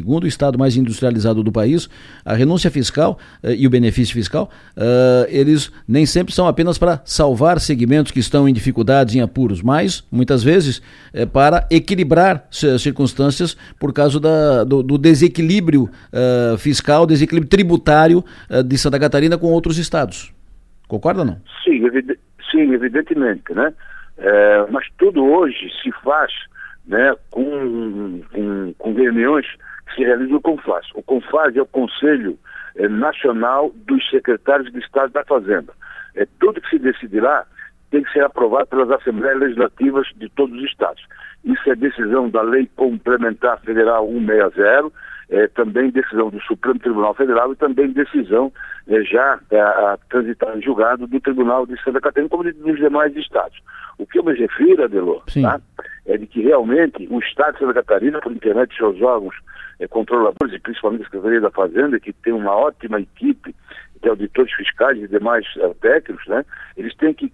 a renúncia fiscal e o benefício fiscal, eles nem sempre são apenas para salvar segmentos que estão em dificuldades, em apuros, mas muitas vezes para equilibrar circunstâncias por causa do desequilíbrio fiscal, desequilíbrio tributário de Santa Catarina com outros estados. Concorda ou não? Sim, evidentemente, né? Mas tudo hoje se faz, né, com reuniões que se realizam no CONFAS. O CONFAS é o Conselho Nacional dos Secretários de Estado da Fazenda. Tudo que se decide lá tem que ser aprovado pelas Assembleias Legislativas de todos os estados. Isso é decisão da Lei Complementar Federal 160, também decisão do Supremo Tribunal Federal e também decisão já transitada em julgado do Tribunal de Santa Catarina, como dos demais estados. O que eu me refiro, Adelor, tá? É de que realmente o Estado de Santa Catarina, por intermédio de seus órgãos controladores, e principalmente a Secretaria da Fazenda, que tem uma ótima equipe de auditores fiscais e demais técnicos, né? Eles têm que,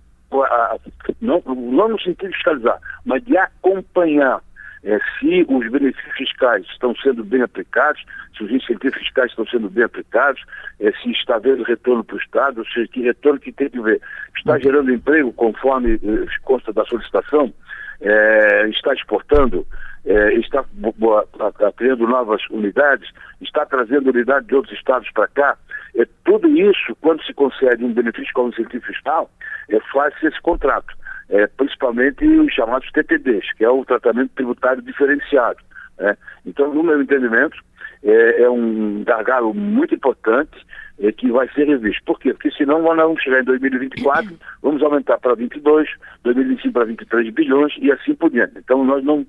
não no sentido de fiscalizar, mas de acompanhar se os benefícios fiscais estão sendo bem aplicados, se os incentivos fiscais estão sendo bem aplicados, se está havendo retorno para o Estado, ou seja, que retorno que tem que ver. Está gerando emprego conforme consta da solicitação, está exportando, está criando novas unidades, está trazendo unidades de outros estados para cá. Tudo isso, quando se concede um benefício como incentivo fiscal, faz-se esse contrato. Principalmente os chamados TTDs, que é o tratamento tributário diferenciado. Então, no meu entendimento, é um gargalo muito importante que vai ser revisto. Por quê? Porque senão nós vamos chegar em 2024, vamos aumentar para 22, 2025 para 23 bilhões e assim por diante. Então,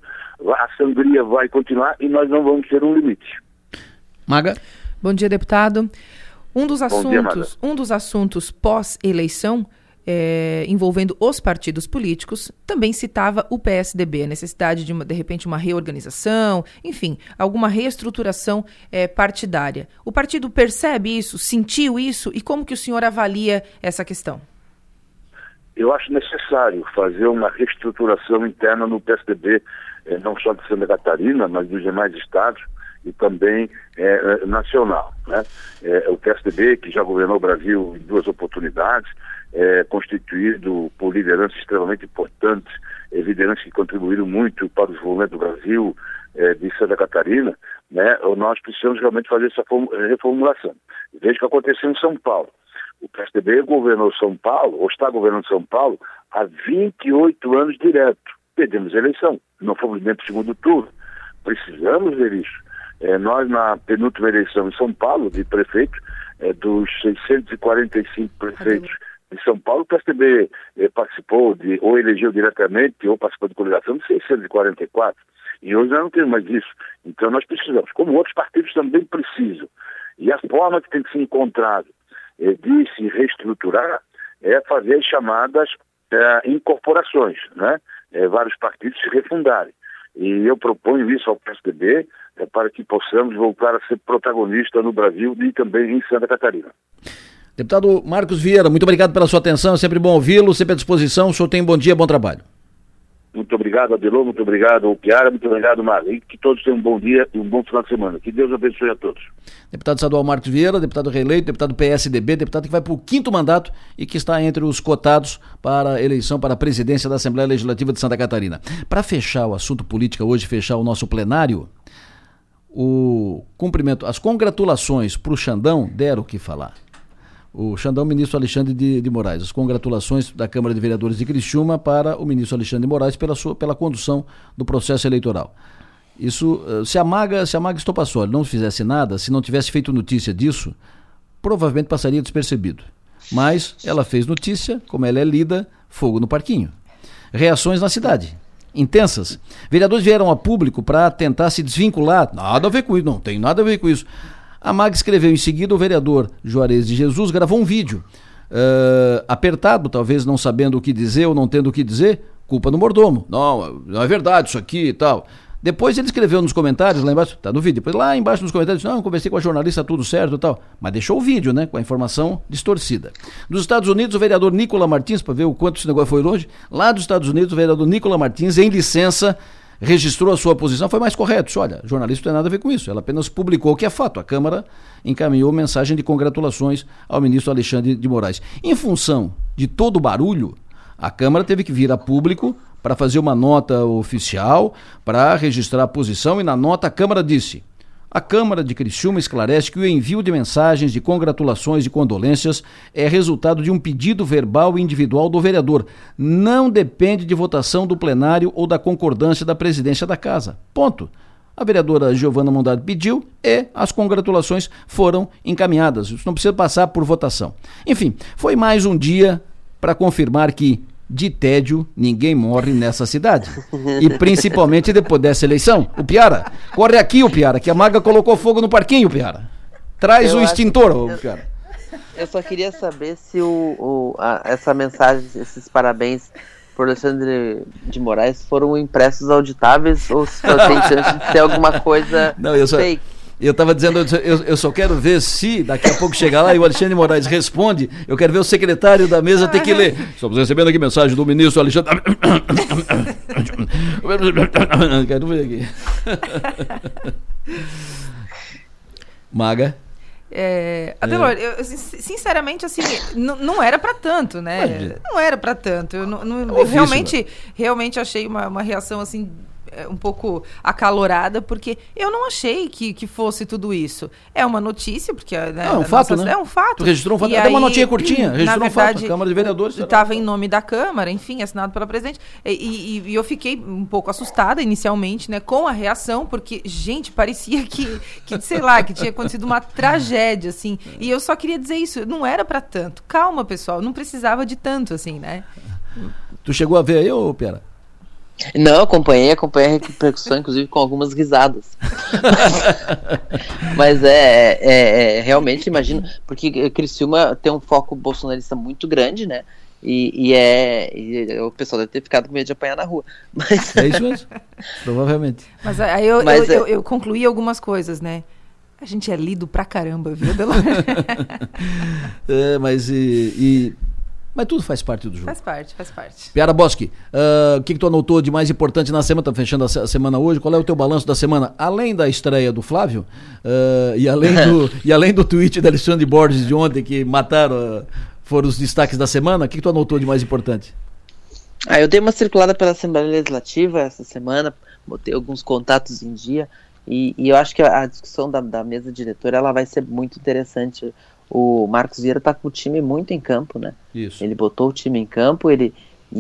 a sangria vai continuar e nós não vamos ter um limite. Maga? Bom dia, deputado. Um dos assuntos pós-eleição envolvendo os partidos políticos, também citava o PSDB, a necessidade de repente, uma reorganização, enfim, alguma reestruturação partidária. O partido percebe isso, sentiu isso, e como que o senhor avalia essa questão? Eu acho necessário fazer uma reestruturação interna no PSDB, não só de Santa Catarina, mas dos demais estados, e também nacional, né? O PSDB, que já governou o Brasil em 2 oportunidades, constituído por lideranças extremamente importantes, lideranças que contribuíram muito para o desenvolvimento do Brasil, de Santa Catarina, né? Nós precisamos realmente fazer essa reformulação. Veja o que aconteceu em São Paulo. O PSDB governou São Paulo, ou está governando São Paulo, há 28 anos direto. Perdemos a eleição, não fomos nem para o segundo turno. Precisamos ver isso. Nós, na penúltima eleição em São Paulo, de prefeito, dos 645 prefeitos de São Paulo, o PSDB participou ou elegeu diretamente ou participou de coligação de 644. E hoje nós não temos mais isso. Então nós precisamos, como outros partidos também precisam. E a forma que tem que ser encontrada de se reestruturar é fazer as chamadas incorporações, né? Vários partidos se refundarem. E eu proponho isso ao PSDB para que possamos voltar a ser protagonista no Brasil e também em Santa Catarina. Deputado Marcos Vieira, muito obrigado pela sua atenção, é sempre bom ouvi-lo, sempre à disposição. O senhor tem um bom dia, bom trabalho. Muito obrigado, Adelô, muito obrigado, Piara, muito obrigado, Marlene. Que todos tenham um bom dia e um bom final de semana. Que Deus abençoe a todos. Deputado estadual Marcos Vieira, deputado reeleito, deputado PSDB, deputado que vai para o 5º mandato e que está entre os cotados para a eleição para a presidência da Assembleia Legislativa de Santa Catarina. Para fechar o assunto política hoje, fechar o nosso plenário, o cumprimento, as congratulações para o Xandão deram o que falar. O Xandão, ministro Alexandre de Moraes, as congratulações da Câmara de Vereadores de Criciúma para o ministro Alexandre de Moraes pela condução do processo eleitoral. Isso, se a Maga Estopassoli não fizesse nada, se não tivesse feito notícia disso, provavelmente passaria despercebido. Mas ela fez notícia, como ela é lida, fogo no parquinho. Reações na cidade, intensas. Vereadores vieram a público para tentar se desvincular. Nada a ver com isso, não tem nada a ver com isso. A Maga escreveu em seguida, o vereador Juarez de Jesus gravou um vídeo apertado, talvez não sabendo o que dizer ou não tendo o que dizer, culpa no mordomo. Não é verdade isso aqui e tal. Depois ele escreveu nos comentários, lá embaixo, tá no vídeo, depois lá embaixo nos comentários, não, conversei com a jornalista, tudo certo e tal, mas deixou o vídeo, né, com a informação distorcida. Dos Estados Unidos, o vereador Nicola Martins, para ver o quanto esse negócio foi longe, lá dos Estados Unidos, o vereador Nicola Martins, em licença, registrou a sua posição, foi mais correto, disse, olha, jornalista não tem nada a ver com isso, ela apenas publicou o que é fato, a Câmara encaminhou mensagem de congratulações ao ministro Alexandre de Moraes. Em função de todo o barulho, a Câmara teve que vir a público para fazer uma nota oficial, para registrar a posição, e na nota a Câmara disse: a Câmara de Criciúma esclarece que o envio de mensagens de congratulações e condolências é resultado de um pedido verbal e individual do vereador. Não depende de votação do plenário ou da concordância da presidência da Casa. Ponto. A vereadora Giovana Mondade pediu e as congratulações foram encaminhadas. Isso não precisa passar por votação. Enfim, foi mais um dia para confirmar que de tédio ninguém morre nessa cidade. E principalmente depois dessa eleição. O Piara, corre aqui, o Piara, que a Maga colocou fogo no parquinho, Piara. Traz o extintor, Piara. Eu só queria saber se essa mensagem, esses parabéns por Alexandre de Moraes foram impressos auditáveis ou se tem chance de ter alguma coisa fake. Eu estava dizendo, eu só quero ver se daqui a pouco chegar lá e o Alexandre de Moraes responde, eu quero ver o secretário da mesa ter que ler. Estamos recebendo aqui mensagem do ministro Alexandre... Quero ver aqui. Maga? Adelor, eu, sinceramente, assim, não era pra tanto, né? Não era pra tanto. Eu realmente achei uma reação, assim, um pouco acalorada, porque eu não achei que fosse tudo isso. É uma notícia, porque... Né, é um fato, né? É um fato. Tu registrou um fato, até uma notinha curtinha, registrou um fato, a Câmara de Vereadores. Estava em nome da Câmara, enfim, assinado pela presidente, e eu fiquei um pouco assustada inicialmente, né, com a reação, porque, gente, parecia que sei lá, que tinha acontecido uma tragédia, assim, e eu só queria dizer isso, não era pra tanto. Calma, pessoal, não precisava de tanto, assim, né? Tu chegou a ver aí, ô Pera? Não, acompanhei a repercussão, inclusive com algumas risadas. Mas realmente, imagino, porque Criciúma tem um foco bolsonarista muito grande, né? E o pessoal deve ter ficado com medo de apanhar na rua. Mas... É isso mesmo, provavelmente. Mas aí eu concluí algumas coisas, né? A gente é lido pra caramba, viu, Delor? Mas tudo faz parte do jogo. Faz parte. Piara Boschi, o que tu anotou de mais importante na semana? Tá fechando a semana hoje. Qual é o teu balanço da semana? Além da estreia do Flávio, e além do tweet da Alexandre Borges de ontem, que mataram, foram os destaques da semana, o que tu anotou de mais importante? Eu dei uma circulada pela Assembleia Legislativa essa semana, botei alguns contatos em dia, e eu acho que a discussão da mesa diretora ela vai ser muito interessante. O Marcos Vieira está com o time muito em campo, né? Isso. Ele botou o time em campo, ele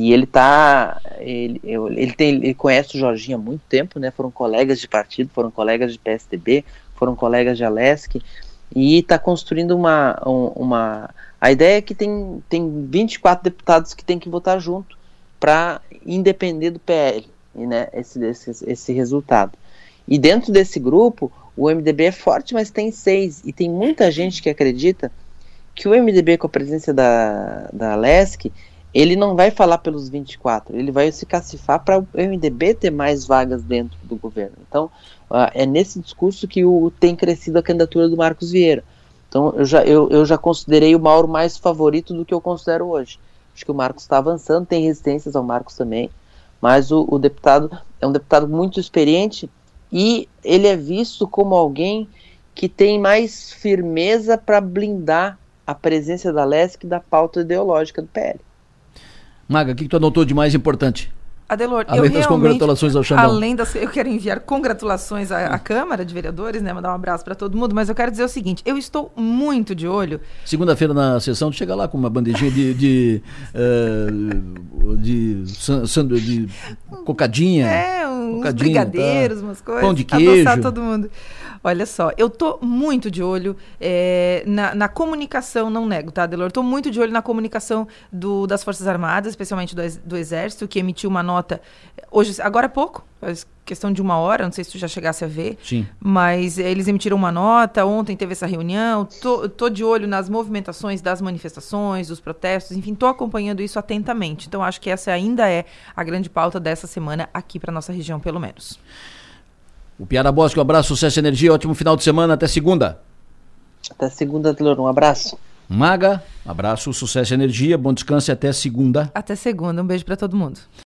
conhece o Jorginho há muito tempo, né? Foram colegas de partido, foram colegas de PSDB, foram colegas de Alesc, e está construindo a ideia é que tem 24 deputados que tem que votar junto para independer do PL, né? Esse resultado. E dentro desse grupo, o MDB é forte, mas tem 6. E tem muita gente que acredita que o MDB, com a presença da Alesc, ele não vai falar pelos 24. Ele vai se cacifar para o MDB ter mais vagas dentro do governo. Então, é nesse discurso que tem crescido a candidatura do Marcos Vieira. Então, eu já considerei o Mauro mais favorito do que eu considero hoje. Acho que o Marcos está avançando, tem resistências ao Marcos também. Mas o deputado é um deputado muito experiente, e ele é visto como alguém que tem mais firmeza para blindar a presença da Alesc da pauta ideológica do PL. Maga, o que tu anotou de mais importante? Adelor, além das congratulações ao Xandão. Eu quero enviar congratulações à Câmara de Vereadores, né? Mandar um abraço para todo mundo, mas eu quero dizer o seguinte: eu estou muito de olho. Segunda-feira na sessão, tu chega lá com uma bandejinha de cocadinha. Uns brigadeiros, umas coisas. Pão de queijo. Adoçar todo mundo. Olha só, eu tô muito de olho na comunicação, não nego, tá, Adelor? Tô muito de olho na comunicação das Forças Armadas, especialmente do Exército, que emitiu uma nota hoje, agora há pouco, faz questão de 1 hora, não sei se tu já chegasse a ver. Sim. Mas eles emitiram uma nota, ontem teve essa reunião, tô de olho nas movimentações das manifestações, dos protestos, enfim, tô acompanhando isso atentamente. Então, acho que essa ainda é a grande pauta dessa semana aqui para nossa região, pelo menos. O Piara Bosque, um abraço, sucesso e energia, ótimo final de semana, até segunda. Até segunda, Delor, um abraço. Maga, abraço, sucesso e energia, bom descanso e até segunda. Até segunda, um beijo para todo mundo.